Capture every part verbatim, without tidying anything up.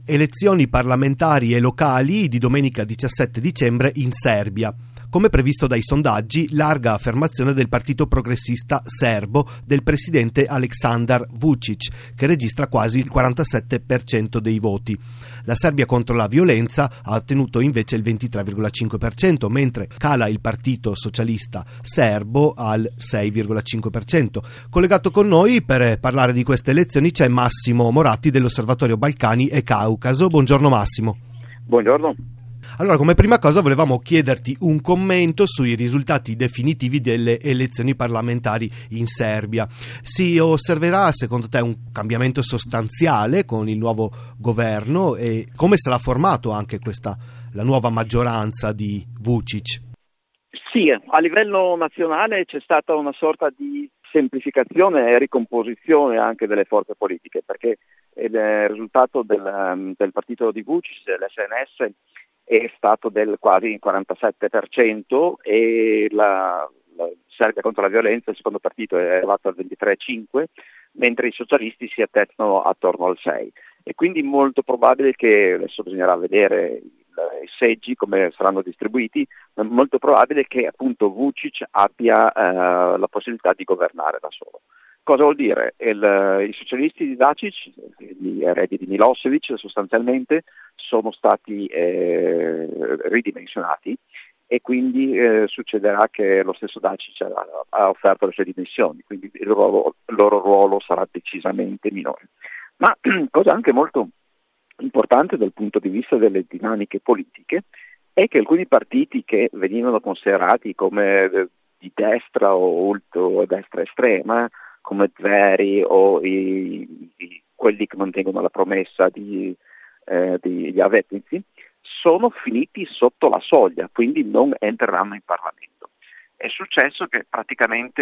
Elezioni parlamentari e locali di domenica diciassette dicembre in Serbia. Come previsto dai sondaggi, larga affermazione del partito progressista serbo del presidente Aleksandar Vučić, che registra quasi il quarantasette per cento dei voti. La Serbia contro la violenza ha ottenuto invece il ventitré virgola cinque per cento, mentre cala il partito socialista serbo al sei virgola cinque per cento. Collegato con noi per parlare di queste elezioni c'è Massimo Moratti dell'Osservatorio Balcani e Caucaso. Buongiorno Massimo. Buongiorno. Allora, come prima cosa volevamo chiederti un commento sui risultati definitivi delle elezioni parlamentari in Serbia. Si osserverà, secondo te, un cambiamento sostanziale con il nuovo governo e come sarà formato anche questa la nuova maggioranza di Vučić? Sì, a livello nazionale c'è stata una sorta di semplificazione e ricomposizione anche delle forze politiche, perché il risultato del, del partito di Vučić, dell'S N S, è stato del quasi quarantasette per cento e la, la Serbia contro la violenza, il secondo partito, è arrivato al ventitré virgola cinque, mentre i socialisti si attestano attorno al sei. E quindi molto probabile che, adesso bisognerà vedere i seggi come saranno distribuiti, ma è molto probabile che appunto Vučić abbia eh, la possibilità di governare da solo. Cosa vuol dire? Il, I socialisti di Dačić, gli eredi di Milošević, sostanzialmente sono stati eh, ridimensionati e quindi eh, succederà che lo stesso Dačić ha, ha offerto le sue dimissioni, quindi il loro, il loro ruolo sarà decisamente minore. Ma cosa anche molto importante dal punto di vista delle dinamiche politiche è che alcuni partiti che venivano considerati come di destra o ultra destra estrema, come Zveri o i, i, quelli che mantengono la promessa di, eh, di Javetnici, sono finiti sotto la soglia, quindi non entreranno in Parlamento. È successo che praticamente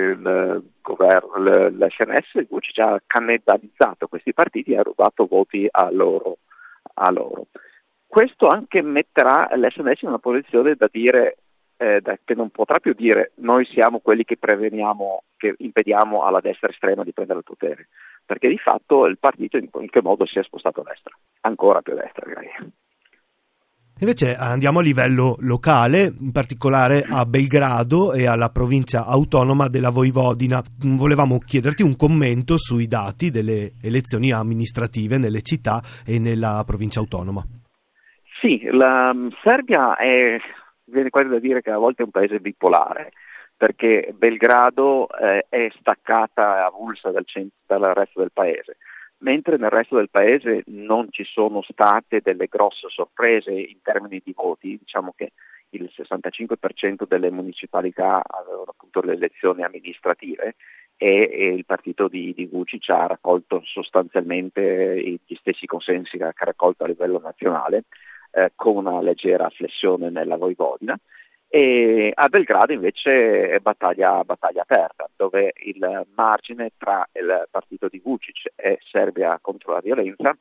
il governo, l'S N S, Vučić ha cannibalizzato questi partiti e ha rubato voti a loro, a loro. Questo anche metterà l'S N S in una posizione da dire Eh, che non potrà più dire noi siamo quelli che preveniamo, che impediamo alla destra estrema di prendere il potere, perché di fatto il partito in qualche modo si è spostato a destra, ancora più a destra direi. Invece andiamo a livello locale, in particolare a Belgrado e alla provincia autonoma della Vojvodina. Volevamo chiederti un commento sui dati delle elezioni amministrative nelle città e nella provincia autonoma. Sì, la Serbia è... viene quasi da dire che a volte è un paese bipolare, perché Belgrado eh, è staccata e avulsa dal, centro, dal resto del paese, mentre nel resto del paese non ci sono state delle grosse sorprese in termini di voti. Diciamo che il sessantacinque per cento delle municipalità avevano appunto le elezioni amministrative e, e il partito di, di Vučić ha raccolto sostanzialmente gli stessi consensi che ha raccolto a livello nazionale, Eh, con una leggera flessione nella Vojvodina, e a Belgrado invece è battaglia, battaglia aperta, dove il margine tra il partito di Vučić e Serbia contro la violenza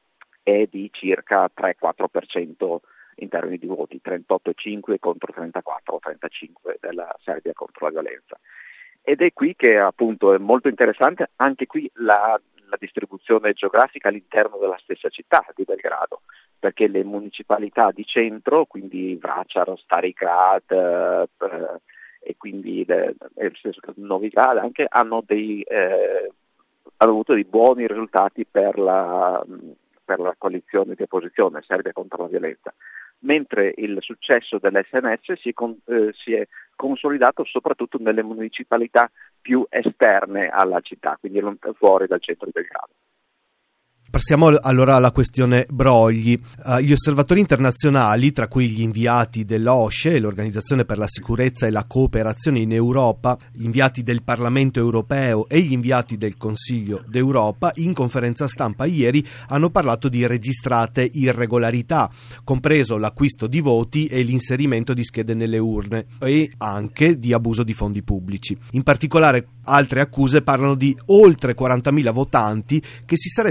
è di circa tre quattro per cento in termini di voti, trentotto virgola cinque contro trentaquattro trentacinque della Serbia contro la violenza. Ed è qui che appunto è molto interessante anche qui la, la distribuzione geografica all'interno della stessa città di Belgrado, perché le municipalità di centro, quindi Vračar, Stari Grad eh, e quindi le, e stesso Novi Grad anche, hanno, dei, eh, hanno avuto dei buoni risultati per la, per la coalizione di opposizione Serbia contro la violenza, mentre il successo dell'S N S si, con, eh, si è consolidato soprattutto nelle municipalità più esterne alla città, quindi fuori dal centro di Belgrado. Passiamo allora alla questione brogli. Uh, gli osservatori internazionali, tra cui gli inviati dell'O S C E, l'Organizzazione per la Sicurezza e la Cooperazione in Europa, gli inviati del Parlamento Europeo e gli inviati del Consiglio d'Europa, in conferenza stampa ieri hanno parlato di registrate irregolarità, compreso l'acquisto di voti e l'inserimento di schede nelle urne, e anche di abuso di fondi pubblici. In particolare, altre accuse parlano di oltre quarantamila votanti che si sarebbero recati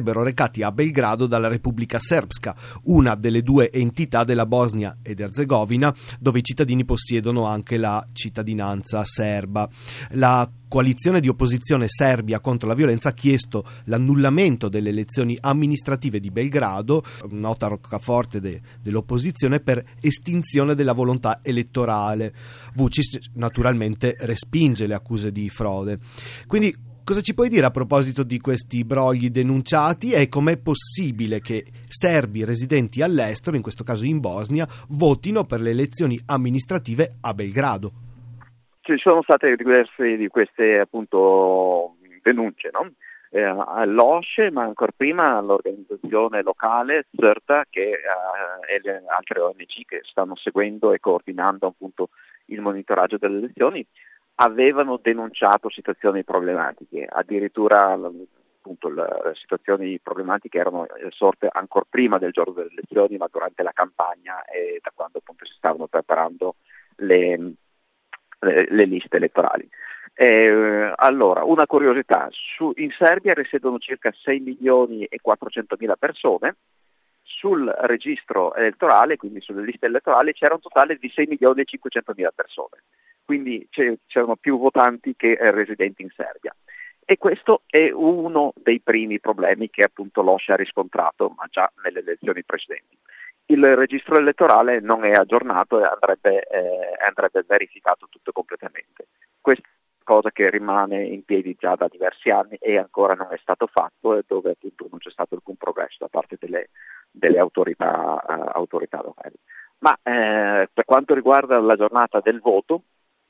inviati a Belgrado dalla Repubblica Srpska, una delle due entità della Bosnia ed Erzegovina, dove i cittadini possiedono anche la cittadinanza serba. La coalizione di opposizione Serbia contro la violenza ha chiesto l'annullamento delle elezioni amministrative di Belgrado, nota roccaforte de, dell'opposizione, per estinzione della volontà elettorale. Vučić naturalmente respinge le accuse di frode. Quindi cosa ci puoi dire a proposito di questi brogli denunciati e com'è possibile che serbi residenti all'estero, in questo caso in Bosnia, votino per le elezioni amministrative a Belgrado? Ci sono state diverse di queste appunto denunce, no? Eh, all'O S C E, ma ancora prima all'organizzazione locale C E R T A che, eh, e le altre O N G che stanno seguendo e coordinando appunto il monitoraggio delle elezioni, avevano denunciato situazioni problematiche, addirittura appunto le situazioni problematiche erano sorte ancora prima del giorno delle elezioni, ma durante la campagna e da quando appunto si stavano preparando le le liste elettorali. Eh, allora, una curiosità, su, in Serbia risiedono circa sei milioni e quattrocentomila persone, sul registro elettorale, quindi sulle liste elettorali, c'era un totale di sei milioni e cinquecentomila persone, quindi c'erano più votanti che eh, residenti in Serbia. E questo è uno dei primi problemi che appunto l'O S C E ha riscontrato, ma già nelle elezioni precedenti. Il registro elettorale non è aggiornato e andrebbe, eh, andrebbe verificato tutto completamente. Questa è una cosa che rimane in piedi già da diversi anni e ancora non è stato fatto e dove appunto non c'è stato alcun progresso da parte delle, delle autorità, uh, autorità locali. Ma eh, per quanto riguarda la giornata del voto,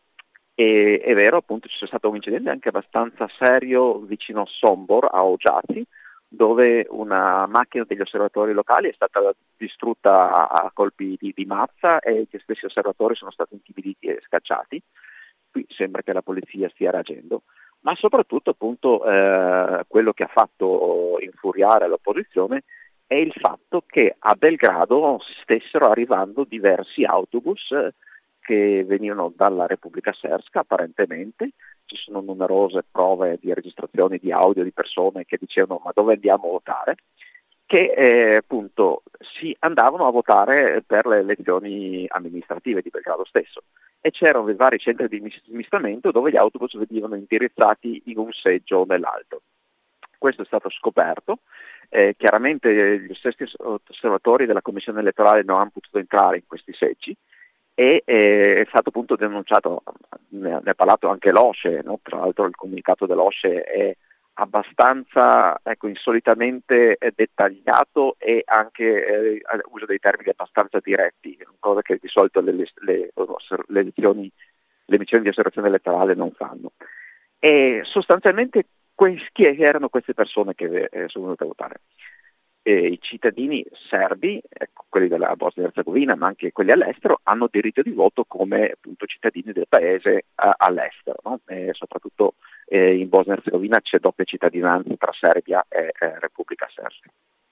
è, è vero, appunto c'è stato un incidente anche abbastanza serio vicino a Sombor, a Ogiati, dove una macchina degli osservatori locali è stata distrutta a colpi di, di mazza e gli stessi osservatori sono stati intimiditi e scacciati. Qui sembra che la polizia stia reagendo, ma soprattutto appunto eh, quello che ha fatto infuriare l'opposizione è il fatto che a Belgrado stessero arrivando diversi autobus che venivano dalla Repubblica Srpska apparentemente. Ci sono numerose prove di registrazioni di audio di persone che dicevano ma dove andiamo a votare, che eh, appunto si andavano a votare per le elezioni amministrative di Belgrado stesso e c'erano dei vari centri di smistamento dove gli autobus venivano indirizzati in un seggio o nell'altro. Questo è stato scoperto, eh, chiaramente gli stessi osservatori della commissione elettorale non hanno potuto entrare in questi seggi e eh, è stato appunto denunciato, ne ha parlato anche l'O S C E, no? Tra l'altro il comunicato dell'O S C E è abbastanza ecco, insolitamente dettagliato e anche eh, usa dei termini abbastanza diretti, cosa che di solito le, le, le, le, elezioni, le missioni di osservazione elettorale non fanno. E sostanzialmente chi erano queste persone che eh, sono venute a votare? Eh, I cittadini serbi, ecco, quelli della Bosnia e Erzegovina, ma anche quelli all'estero, hanno diritto di voto come appunto cittadini del paese eh, all'estero, no? E soprattutto eh, in Bosnia e Erzegovina c'è doppia cittadinanza tra Serbia e eh, Repubblica Srpska.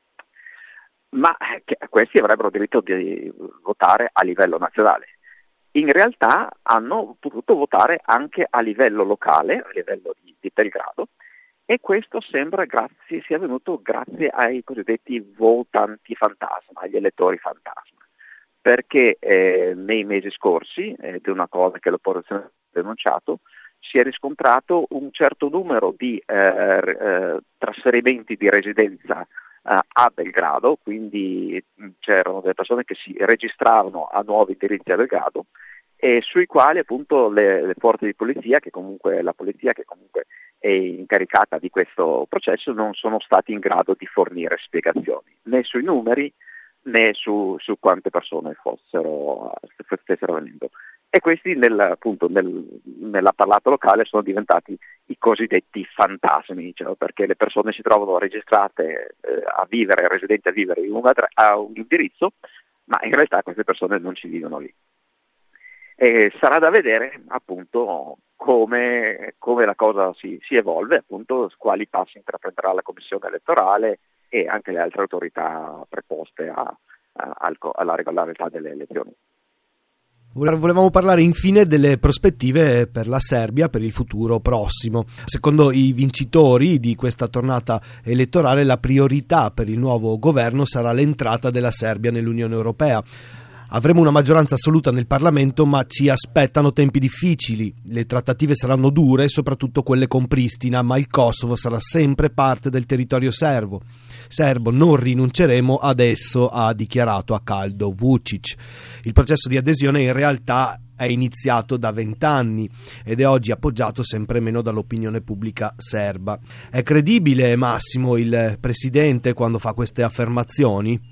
Ma eh, che, questi avrebbero diritto di votare a livello nazionale. In realtà hanno potuto votare anche a livello locale, a livello di, di Belgrado, e questo sembra grazie, sia avvenuto grazie ai cosiddetti votanti fantasma, agli elettori fantasma, perché eh, nei mesi scorsi, ed è una cosa che l'opposizione ha denunciato, si è riscontrato un certo numero di eh, eh, trasferimenti di residenza eh, a Belgrado, quindi c'erano delle persone che si registravano a nuovi indirizzi a Belgrado e sui quali appunto le, le forze di polizia, che comunque la polizia che comunque è incaricata di questo processo, non sono stati in grado di fornire spiegazioni né sui numeri né su, su quante persone fossero stessero venendo. E questi nel, appunto nel, nell'apparato locale sono diventati i cosiddetti fantasmi, cioè perché le persone si trovano registrate eh, a vivere, residenti a vivere in un, a un indirizzo, ma in realtà queste persone non ci vivono lì. E sarà da vedere appunto come, come la cosa si, si evolve, appunto quali passi intraprenderà la Commissione elettorale e anche le altre autorità preposte a, a, alla regolarità delle elezioni. Volevamo parlare infine delle prospettive per la Serbia per il futuro prossimo. Secondo i vincitori di questa tornata elettorale, la priorità per il nuovo governo sarà l'entrata della Serbia nell'Unione Europea. Avremo una maggioranza assoluta nel Parlamento, ma ci aspettano tempi difficili. Le trattative saranno dure, soprattutto quelle con Pristina, ma il Kosovo sarà sempre parte del territorio serbo. Serbo, non rinunceremo ad esso, ha dichiarato a caldo Vučić. Il processo di adesione in realtà è iniziato da vent'anni ed è oggi appoggiato sempre meno dall'opinione pubblica serba. È credibile, Massimo, il presidente quando fa queste affermazioni?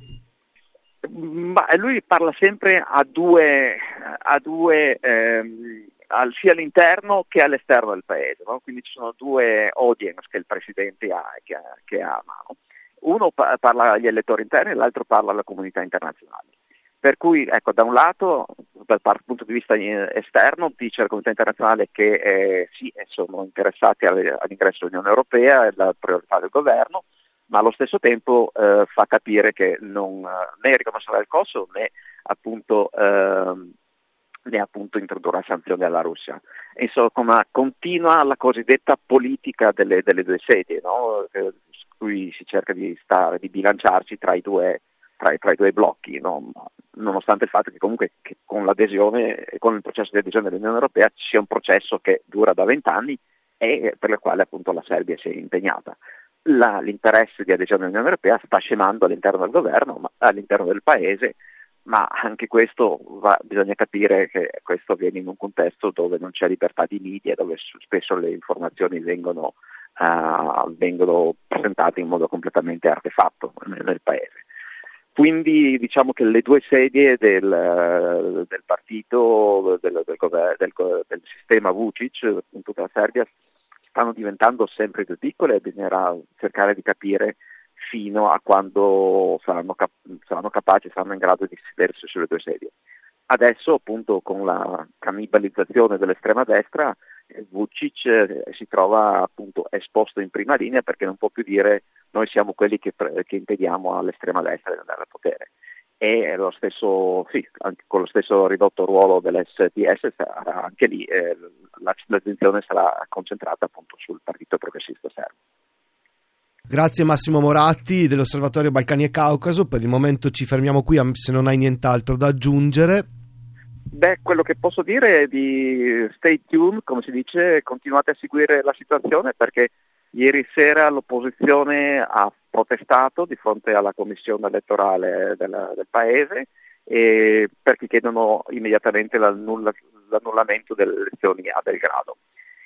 Ma lui parla sempre a due, a due ehm, al, sia all'interno che all'esterno del paese, no? Quindi ci sono due audience che il presidente ha, che ha, che ha a mano. Uno pa- parla agli elettori interni e l'altro parla alla comunità internazionale. Per cui, ecco, da un lato, dal punto di vista esterno, dice alla comunità internazionale che eh, sì, sono interessati all'ingresso dell'Unione Europea, è la priorità del governo, ma allo stesso tempo eh, fa capire che non né riconoscerà il Kosovo né appunto, eh, né appunto introdurrà sanzioni alla Russia. Insomma, continua la cosiddetta politica delle, delle due sedie, no? Eh, su cui si cerca di, stare, di bilanciarsi tra i due, tra, tra i due blocchi, no? Nonostante il fatto che comunque che con l'adesione, con il processo di adesione dell'Unione Europea ci sia un processo che dura da vent'anni e per il quale appunto la Serbia si è impegnata. La, l'interesse di adesione all'Unione Europea sta scemando all'interno del governo, ma, all'interno del paese, ma anche questo va, bisogna capire che questo avviene in un contesto dove non c'è libertà di media, dove spesso le informazioni vengono, uh, vengono presentate in modo completamente artefatto nel, nel paese. Quindi diciamo che le due sedie del, del partito, del, del, del, del, del sistema Vučić in tutta la Serbia stanno diventando sempre più piccole e bisognerà cercare di capire fino a quando saranno, cap- saranno capaci, saranno in grado di sedersi sulle due sedie. Adesso appunto con la cannibalizzazione dell'estrema destra Vučić eh, si trova appunto esposto in prima linea perché non può più dire noi siamo quelli che, pre- che impediamo all'estrema destra di andare al potere. E lo stesso, sì, anche con lo stesso ridotto ruolo dell'esse di esse sarà anche lì eh, l'attenzione sarà concentrata appunto sul partito progressista serbo. Grazie Massimo Moratti dell'Osservatorio Balcani e Caucaso. Per il momento ci fermiamo qui, se non hai nient'altro da aggiungere. Beh, quello che posso dire è di stay tuned, come si dice, continuate a seguire la situazione perché ieri sera l'opposizione ha protestato di fronte alla commissione elettorale del, del paese e perché chiedono immediatamente l'annulla, l'annullamento delle elezioni a Belgrado.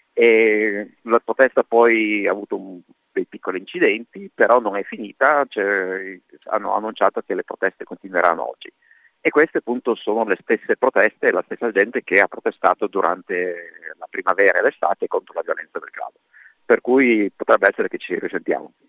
E la protesta poi ha avuto un, dei piccoli incidenti, però non è finita, cioè, hanno annunciato che le proteste continueranno oggi. E queste appunto sono le stesse proteste, la stessa gente che ha protestato durante la primavera e l'estate contro la violenza del Belgrado. Per cui potrebbe essere che ci risentiamo.